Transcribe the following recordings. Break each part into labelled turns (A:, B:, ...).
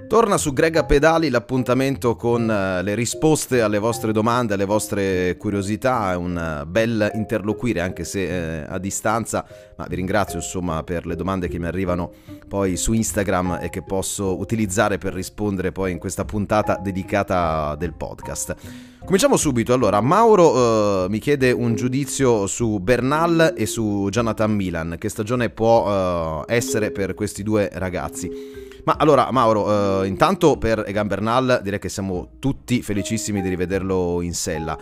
A: Torna su Greg a Pedali l'appuntamento con le risposte alle vostre domande, alle vostre curiosità. È un bel interloquire anche se a distanza, ma vi ringrazio insomma per le domande che mi arrivano poi su Instagram e che posso utilizzare per rispondere poi in questa puntata dedicata del podcast. Cominciamo subito. Allora, Mauro mi chiede un giudizio su Bernal e su Jonathan Milan. Che stagione può essere per questi due ragazzi? Ma allora Mauro, intanto per Egan Bernal direi che siamo tutti felicissimi di rivederlo in sella.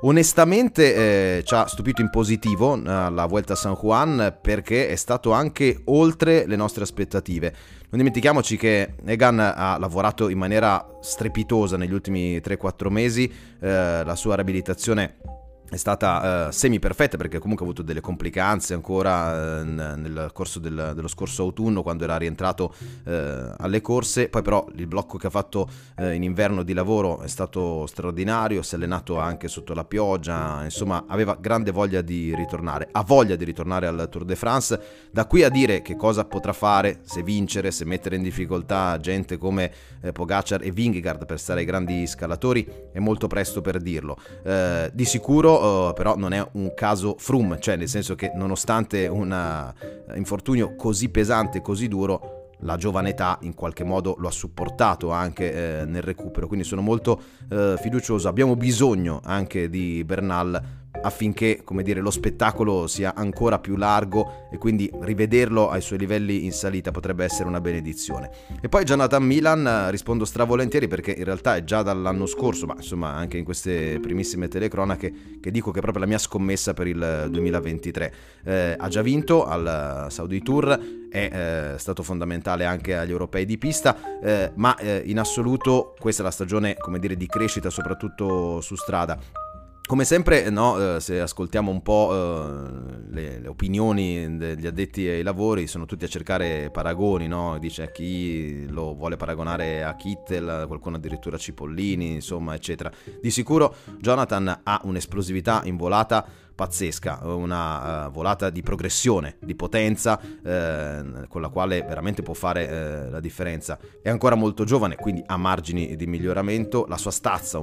A: Onestamente ci ha stupito in positivo alla Vuelta a San Juan perché è stato anche oltre le nostre aspettative. Non dimentichiamoci che Egan ha lavorato in maniera strepitosa negli ultimi 3-4 mesi, la sua riabilitazione è stata semi-perfetta perché comunque ha avuto delle complicanze ancora nel corso dello scorso autunno quando era rientrato alle corse. Poi però il blocco che ha fatto in inverno di lavoro è stato straordinario, si è allenato anche sotto la pioggia, insomma aveva grande voglia di ritornare, ha voglia di ritornare al Tour de France. Da qui a dire che cosa potrà fare, se vincere, se mettere in difficoltà gente come Pogacar e Vingegaard per stare ai grandi scalatori, è molto presto per dirlo. Di sicuro però non è un caso Froome, cioè nel senso che nonostante un infortunio così pesante, così duro, la giovane età in qualche modo lo ha supportato anche nel recupero, quindi sono molto fiducioso. Abbiamo bisogno anche di Bernal affinché, come dire, lo spettacolo sia ancora più largo e quindi rivederlo ai suoi livelli in salita potrebbe essere una benedizione. E poi Jonathan Milan rispondo stravolentieri perché in realtà è già dall'anno scorso, ma insomma anche in queste primissime telecronache, che dico che è proprio la mia scommessa per il 2023. Ha già vinto al Saudi Tour, è stato fondamentale anche agli europei di pista, ma in assoluto questa è la stagione, come dire, di crescita soprattutto su strada. Come sempre, no, se ascoltiamo un po' le opinioni degli addetti ai lavori, sono tutti a cercare paragoni, no? Dice chi lo vuole paragonare a Kittel, qualcuno addirittura a Cipollini, insomma, eccetera. Di sicuro Jonathan ha un'esplosività in volata pazzesca, una volata di progressione, di potenza, con la quale veramente può fare la differenza. È ancora molto giovane, quindi ha margini di miglioramento. La sua stazza,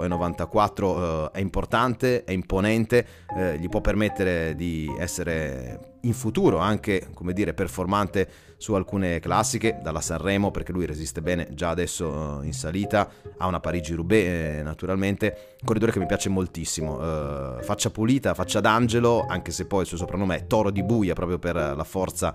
A: 1,94 m, è importante, è imponente, gli può permettere di essere in futuro anche, come dire, performante su alcune classiche, dalla Sanremo, perché lui resiste bene già adesso in salita, ha una Parigi-Roubaix naturalmente, un corridore che mi piace moltissimo, faccia pulita, faccia d'angelo, anche se poi il suo soprannome è Toro di Buia proprio per la forza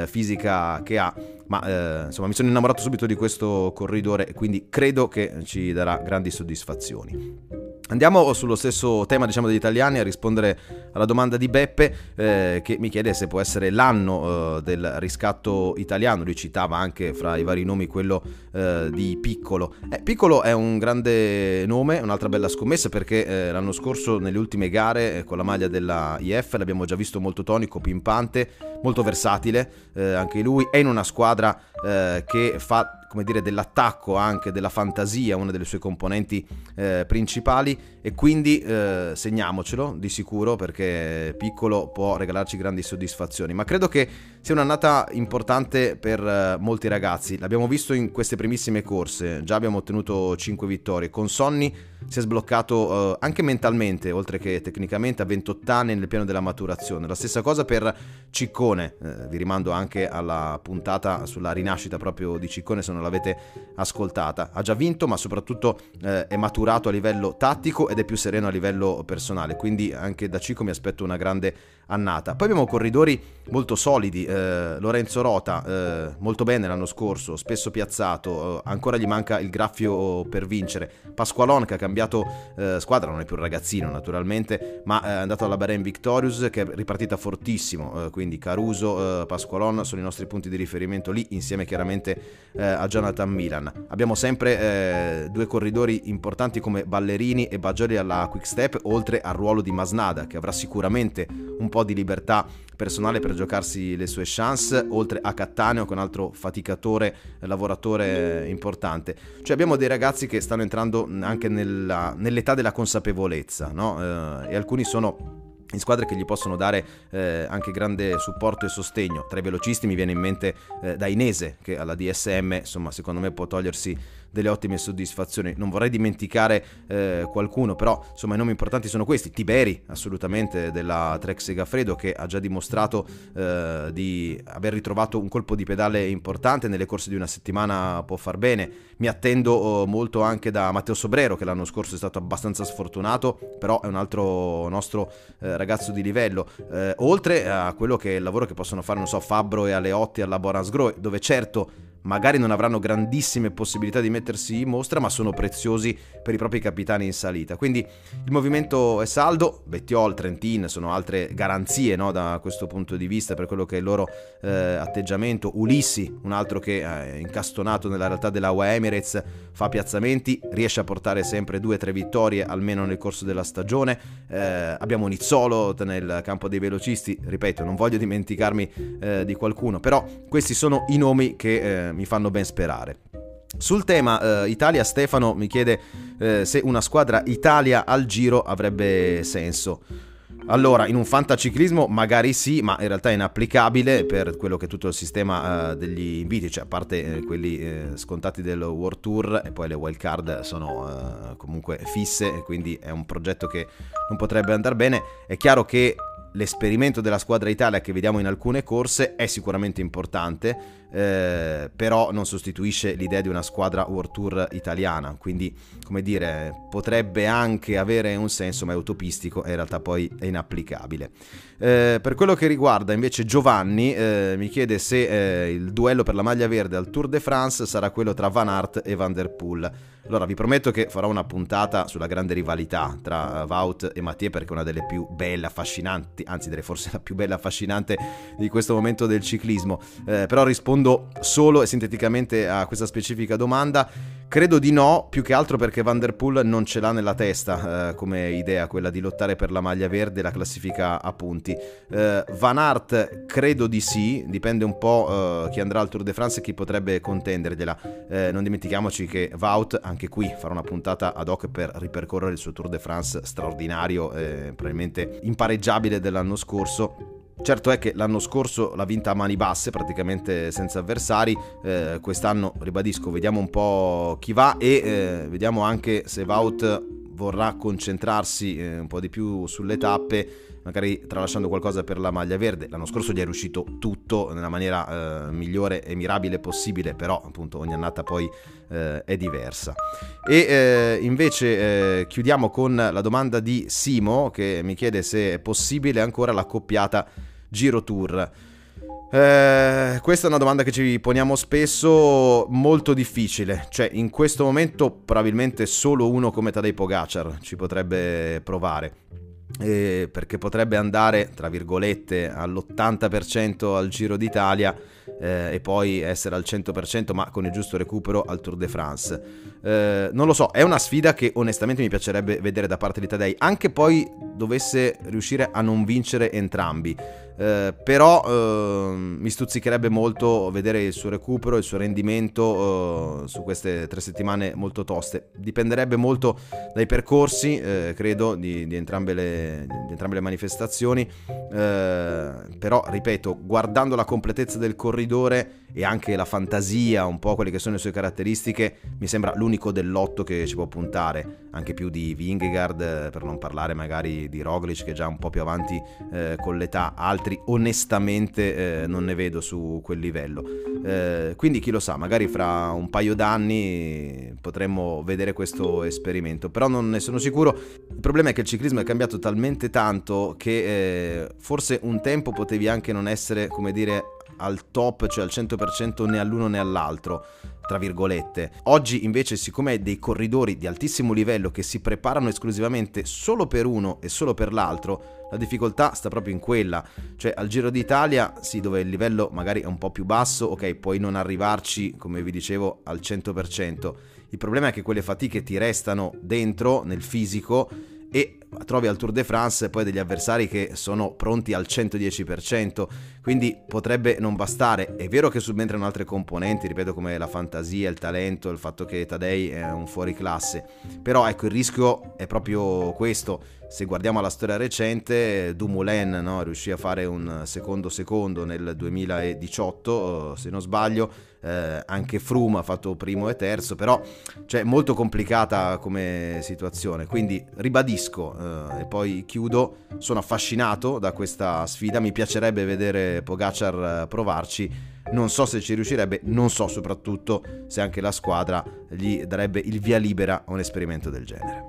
A: fisica che ha, ma insomma mi sono innamorato subito di questo corridore e quindi credo che ci darà grandi soddisfazioni. Andiamo sullo stesso tema, diciamo, degli italiani, a rispondere alla domanda di Beppe che mi chiede se può essere l'anno del riscatto italiano. Lui citava anche fra i vari nomi quello di Piccolo. Piccolo è un grande nome, un'altra bella scommessa perché l'anno scorso nelle ultime gare con la maglia della IF l'abbiamo già visto molto tonico, pimpante, molto versatile, anche lui è in una squadra che fa, come dire, dell'attacco, anche della fantasia, una delle sue componenti principali, e quindi segniamocelo di sicuro perché Piccolo può regalarci grandi soddisfazioni. Ma credo che sia un'annata importante per molti ragazzi, l'abbiamo visto in queste primissime corse, già abbiamo ottenuto 5 vittorie, con Sonny si è sbloccato anche mentalmente oltre che tecnicamente a 28 anni nel piano della maturazione. La stessa cosa per Ciccone, vi rimando anche alla puntata sulla rinascita proprio di Ciccone se non l'avete ascoltata. Ha già vinto ma soprattutto è maturato a livello tattico ed è più sereno a livello personale, quindi anche da Cicco mi aspetto una grande annata. Poi abbiamo corridori molto solidi, Lorenzo Rota molto bene l'anno scorso, spesso piazzato, ancora gli manca il graffio per vincere. Pasqualon che ha cambiato squadra, non è più un ragazzino naturalmente, ma è andato alla Bahrain Victorious che è ripartita fortissimo, quindi Caruso, Pasqualon sono i nostri punti di riferimento lì, insieme chiaramente a Jonathan Milan. Abbiamo sempre due corridori importanti come Ballerini e Baggioli alla Quick Step, oltre al ruolo di Masnada che avrà sicuramente un po' di libertà personale per giocarsi le sue chance, oltre a Cattaneo che è un altro faticatore, lavoratore importante. Cioè abbiamo dei ragazzi che stanno entrando anche nell'età della consapevolezza, no? E alcuni sono in squadre che gli possono dare anche grande supporto e sostegno. Tra i velocisti mi viene in mente Dainese, che alla DSM insomma secondo me può togliersi delle ottime soddisfazioni. Non vorrei dimenticare qualcuno, però insomma i nomi importanti sono questi. Tiberi, assolutamente, della Trek Segafredo, che ha già dimostrato di aver ritrovato un colpo di pedale importante, nelle corse di una settimana può far bene. Mi attendo molto anche da Matteo Sobrero, che l'anno scorso è stato abbastanza sfortunato, però è un altro nostro ragazzo di livello, oltre a quello che è il lavoro che possono fare, non so, Fabbro e Aleotti alla Boransgrohe, dove certo magari non avranno grandissime possibilità di mettersi in mostra, ma sono preziosi per i propri capitani in salita. Quindi il movimento è saldo. Bettiol, Trentin sono altre garanzie, no, da questo punto di vista, per quello che è il loro atteggiamento. Ulissi, un altro che è incastonato nella realtà della UAE Emirates, fa piazzamenti, riesce a portare sempre 2-3 vittorie almeno nel corso della stagione. Abbiamo Nizzolo nel campo dei velocisti, ripeto, non voglio dimenticarmi di qualcuno, però questi sono i nomi che mi fanno ben sperare. Sul tema Italia, Stefano mi chiede se una squadra Italia al Giro avrebbe senso. Allora, in un fantaciclismo magari sì, ma in realtà è inapplicabile per quello che è tutto il sistema degli inviti, cioè a parte quelli scontati del World Tour, e poi le wild card sono comunque fisse, e quindi è un progetto che non potrebbe andare bene. È chiaro che l'esperimento della squadra Italia che vediamo in alcune corse è sicuramente importante, però non sostituisce l'idea di una squadra World Tour italiana, quindi come dire, potrebbe anche avere un senso, ma è utopistico e in realtà poi è inapplicabile. Per quello che riguarda invece Giovanni, mi chiede se il duello per la maglia verde al Tour de France sarà quello tra Van Aert e Van der Poel. Allora vi prometto che farò una puntata sulla grande rivalità tra Wout e Mathieu, perché è una delle più belle, affascinanti, anzi direi forse la più bella, affascinante di questo momento del ciclismo, però rispondo solo e sinteticamente a questa specifica domanda. Credo di no, più che altro perché Van der Poel non ce l'ha nella testa come idea quella di lottare per la maglia verde e la classifica a punti. Van Aert credo di sì, dipende un po' chi andrà al Tour de France e chi potrebbe contendergliela. Non dimentichiamoci che Wout, anche qui farà una puntata ad hoc per ripercorrere il suo Tour de France straordinario, probabilmente impareggiabile dell'anno scorso. Certo è che l'anno scorso l'ha vinta a mani basse, praticamente senza avversari. Quest'anno, ribadisco, vediamo un po' chi va e vediamo anche se Wout vorrà concentrarsi un po' di più sulle tappe, magari tralasciando qualcosa per la maglia verde. L'anno scorso gli è riuscito tutto nella maniera migliore e mirabile possibile, però appunto ogni annata poi è diversa. E invece chiudiamo con la domanda di Simo, che mi chiede se è possibile ancora l'accoppiata Giro Tour. Questa è una domanda che ci poniamo spesso, molto difficile. Cioè in questo momento probabilmente solo uno come Tadej Pogačar ci potrebbe provare, perché potrebbe andare tra virgolette all'80% al Giro d'Italia e poi essere al 100%, ma con il giusto recupero, al Tour de France. Non lo so, è una sfida che onestamente mi piacerebbe vedere da parte di Tadej, anche poi dovesse riuscire a non vincere entrambi. Però mi stuzzicherebbe molto vedere il suo recupero, il suo rendimento su queste 3 settimane molto toste. Dipenderebbe molto dai percorsi, credo, di entrambe le manifestazioni, però ripeto, guardando la completezza del corridore e anche la fantasia, un po' quelle che sono le sue caratteristiche, mi sembra l'unico dell'otto che ci può puntare, anche più di Vingegaard, per non parlare magari di Roglic, che è già un po' più avanti con l'età. Altri onestamente non ne vedo su quel livello, quindi chi lo sa, magari fra un paio d'anni potremmo vedere questo esperimento, però non ne sono sicuro. Il problema è che il ciclismo è cambiato talmente tanto che forse un tempo potevi anche non essere, come dire, al top, cioè al 100% né all'uno né all'altro, tra virgolette. Oggi invece, siccome hai dei corridori di altissimo livello che si preparano esclusivamente solo per uno e solo per l'altro, la difficoltà sta proprio in quella. Cioè al Giro d'Italia, sì, dove il livello magari è un po' più basso, ok, puoi non arrivarci, come vi dicevo, al 100%. Il problema è che quelle fatiche ti restano dentro nel fisico e trovi al Tour de France poi degli avversari che sono pronti al 110%, quindi potrebbe non bastare. È vero che subentrano altre componenti, ripeto, come la fantasia, il talento, il fatto che Tadej è un fuoriclasse, però ecco, il rischio è proprio questo. Se guardiamo la storia recente, Dumoulin, no, riuscì a fare un secondo nel 2018, se non sbaglio, anche Froome ha fatto primo e terzo, però cioè molto complicata come situazione. Quindi ribadisco, e poi chiudo, sono affascinato da questa sfida, mi piacerebbe vedere Pogacar provarci, non so se ci riuscirebbe, non so soprattutto se anche la squadra gli darebbe il via libera a un esperimento del genere.